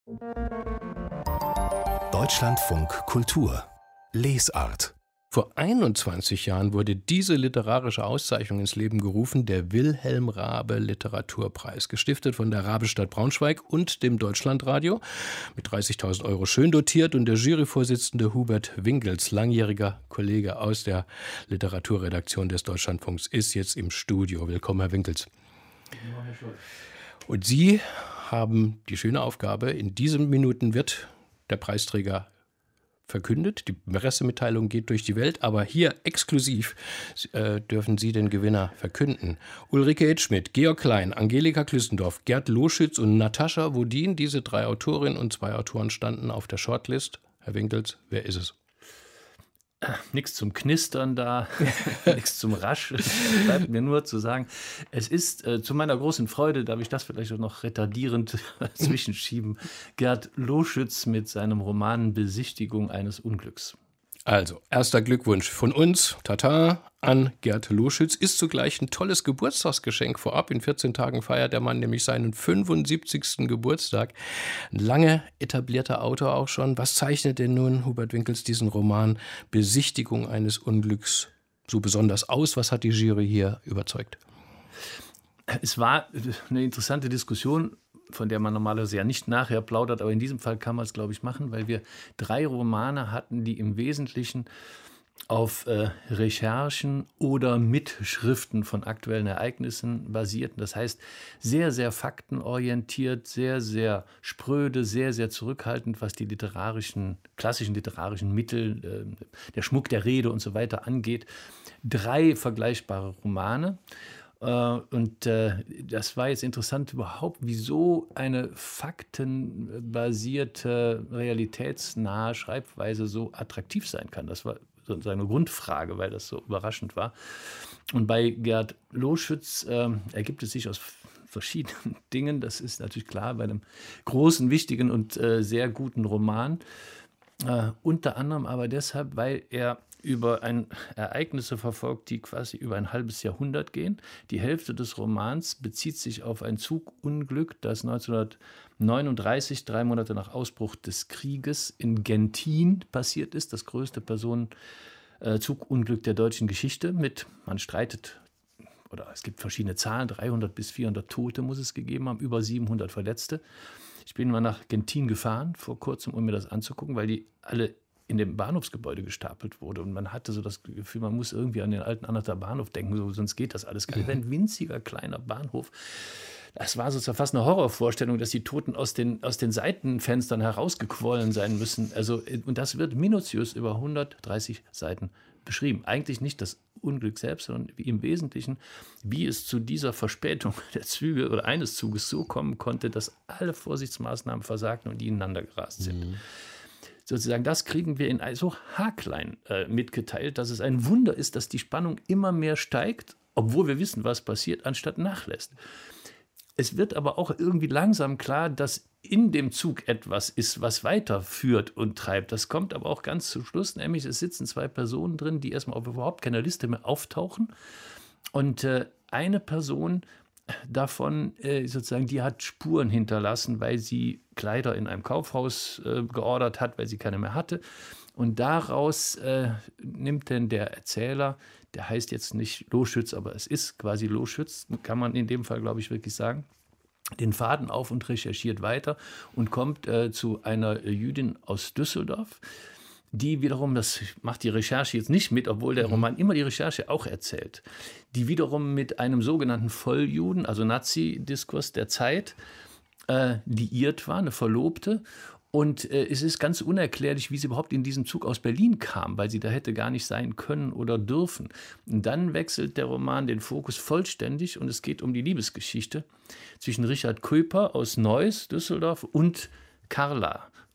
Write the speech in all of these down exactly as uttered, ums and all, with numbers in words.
Deutschlandfunk Kultur Lesart. Vor einundzwanzig Jahren wurde diese literarische Auszeichnung ins Leben gerufen, der Wilhelm Raabe Literaturpreis, gestiftet von der Rabestadt Braunschweig und dem Deutschlandradio, mit dreißigtausend Euro schön dotiert, und der Juryvorsitzende Hubert Winkels, langjähriger Kollege aus der Literaturredaktion des Deutschlandfunks, ist jetzt im Studio. Willkommen, Herr Winkels. Und Sie haben die schöne Aufgabe, in diesen Minuten wird der Preisträger verkündet. Die Pressemitteilung geht durch die Welt, aber hier exklusiv äh, dürfen Sie den Gewinner verkünden. Ulrike Edschmidt, Georg Klein, Angelika Klüssendorf, Gerd Loschütz und Natascha Wodin, diese drei Autorinnen und zwei Autoren standen auf der Shortlist. Herr Winkels, wer ist es? Nichts zum Knistern da, nichts zum Rasch. Bleibt mir nur zu sagen, es ist äh, zu meiner großen Freude, darf ich das vielleicht auch noch retardierend zwischenschieben, Gerd Loschütz mit seinem Roman Besichtigung eines Unglücks. Also, erster Glückwunsch von uns, Tata, an Gerd Loschütz. Ist zugleich ein tolles Geburtstagsgeschenk vorab. In vierzehn Tagen feiert der Mann nämlich seinen fünfundsiebzigsten Geburtstag. Ein lange etablierter Autor auch schon. Was zeichnet denn nun Hubert Winkels diesen Roman Besichtigung eines Unglücks so besonders aus? Was hat die Jury hier überzeugt? Es war eine interessante Diskussion, von der man normalerweise ja nicht nachher plaudert, aber in diesem Fall kann man es, glaube ich, machen, weil wir drei Romane hatten, die im Wesentlichen auf äh, Recherchen oder Mitschriften von aktuellen Ereignissen basierten. Das heißt, sehr, sehr faktenorientiert, sehr, sehr spröde, sehr, sehr zurückhaltend, was die literarischen, klassischen literarischen Mittel, äh, der Schmuck der Rede und so weiter angeht. Drei vergleichbare Romane. Und äh, das war jetzt interessant überhaupt, wieso eine faktenbasierte, realitätsnahe Schreibweise so attraktiv sein kann. Das war sozusagen eine Grundfrage, weil das so überraschend war. Und bei Gerd Loschütz äh, ergibt es sich aus verschiedenen Dingen. Das ist natürlich klar bei einem großen, wichtigen und äh, sehr guten Roman. Äh, unter anderem aber deshalb, weil er über ein Ereignisse verfolgt, die quasi über ein halbes Jahrhundert gehen. Die Hälfte des Romans bezieht sich auf ein Zugunglück, das neunzehnhundertneununddreißig, drei Monate nach Ausbruch des Krieges, in Gentin passiert ist, das größte Personenzugunglück der deutschen Geschichte mit, man streitet, oder es gibt verschiedene Zahlen, dreihundert bis vierhundert Tote muss es gegeben haben, über siebenhundert Verletzte. Ich bin mal nach Gentin gefahren vor kurzem, um mir das anzugucken, weil die alle in dem Bahnhofsgebäude gestapelt wurde. Und man hatte so das Gefühl, man muss irgendwie an den alten Anhalter Bahnhof denken, so, sonst geht das alles gar nicht. Ein winziger kleiner Bahnhof. Das war sozusagen fast eine Horrorvorstellung, dass die Toten aus den, aus den Seitenfenstern herausgequollen sein müssen. Also, und das wird minutiös über hundertdreißig Seiten beschrieben. Eigentlich nicht das Unglück selbst, sondern im Wesentlichen, wie es zu dieser Verspätung der Züge oder eines Zuges so kommen konnte, dass alle Vorsichtsmaßnahmen versagten und die ineinander gerast sind. Mhm. Sozusagen, das kriegen wir in so haarklein äh, mitgeteilt, dass es ein Wunder ist, dass die Spannung immer mehr steigt, obwohl wir wissen, was passiert, anstatt nachlässt. Es wird aber auch irgendwie langsam klar, dass in dem Zug etwas ist, was weiterführt und treibt. Das kommt aber auch ganz zum Schluss, nämlich es sitzen zwei Personen drin, die erstmal auf überhaupt keiner Liste mehr auftauchen. Und äh, eine Person davon, äh, sozusagen, die hat Spuren hinterlassen, weil sie Kleider in einem Kaufhaus äh, geordert hat, weil sie keine mehr hatte. Und daraus äh, nimmt dann der Erzähler, der heißt jetzt nicht Loschütz, aber es ist quasi Loschütz, kann man in dem Fall, glaube ich, wirklich sagen, den Faden auf und recherchiert weiter und kommt äh, zu einer Jüdin aus Düsseldorf, die wiederum, das macht die Recherche jetzt nicht mit, obwohl der Roman immer die Recherche auch erzählt, die wiederum mit einem sogenannten Volljuden, also Nazi-Diskurs der Zeit, äh, liiert war, eine Verlobte. Und äh, es ist ganz unerklärlich, wie sie überhaupt in diesen Zug aus Berlin kam, weil sie da hätte gar nicht sein können oder dürfen. Und dann wechselt der Roman den Fokus vollständig und es geht um die Liebesgeschichte zwischen Richard Kuiper aus Neuss, Düsseldorf, und Carla,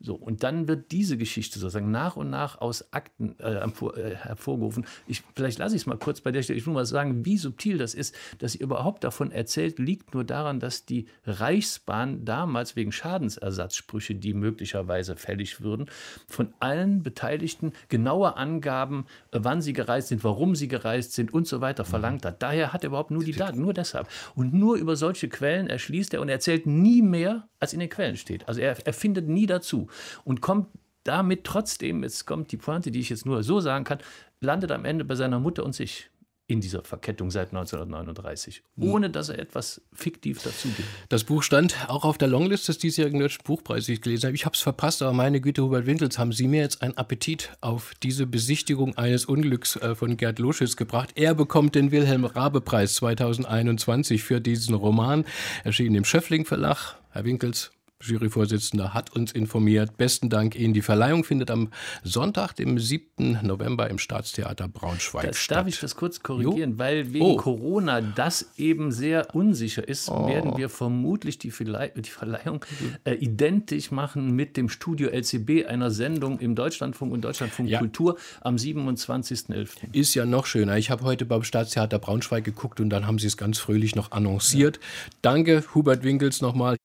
So, und dann wird diese Geschichte sozusagen nach und nach aus Akten äh, äh, hervorgerufen. Ich, vielleicht lasse ich es mal kurz bei der Stelle. Ich will mal sagen, wie subtil das ist, dass sie überhaupt davon erzählt, liegt nur daran, dass die Reichsbahn damals wegen Schadensersatzsprüche, die möglicherweise fällig würden, von allen Beteiligten genaue Angaben, äh, wann sie gereist sind, warum sie gereist sind und so weiter verlangt hat. Daher hat er überhaupt nur die Daten, nur deshalb. Und nur über solche Quellen erschließt er und erzählt nie mehr, als in den Quellen steht. Also er, er findet nie dazu und kommt damit trotzdem, jetzt kommt die Pointe, die ich jetzt nur so sagen kann, landet am Ende bei seiner Mutter und sich in dieser Verkettung seit neunzehnhundertneununddreißig, ohne dass er etwas fiktiv dazu gibt. Das Buch stand auch auf der Longlist des diesjährigen Deutschen Buchpreises, die ich gelesen habe. Ich habe es verpasst, aber meine Güte, Hubert Winkels, haben Sie mir jetzt einen Appetit auf diese Besichtigung eines Unglücks von Gerd Loschütz gebracht. Er bekommt den Wilhelm-Raabe-Preis zweitausendeinundzwanzig für diesen Roman, erschienen im Schöffling Verlag. Herr Winkels, Juryvorsitzender, hat uns informiert. Besten Dank Ihnen. Die Verleihung findet am Sonntag, dem siebten November im Staatstheater Braunschweig das, statt. Darf ich das kurz korrigieren? Jo. Weil wegen oh. Corona das eben sehr unsicher ist, Oh. werden wir vermutlich die, Verleih die Verleihung äh, identisch machen mit dem Studio L C B, einer Sendung im Deutschlandfunk und Deutschlandfunk Ja. Kultur am siebenundzwanzigsten elften Ist ja noch schöner. Ich habe heute beim Staatstheater Braunschweig geguckt und dann haben Sie es ganz fröhlich noch annonciert. Ja. Danke, Hubert Winkels, nochmal.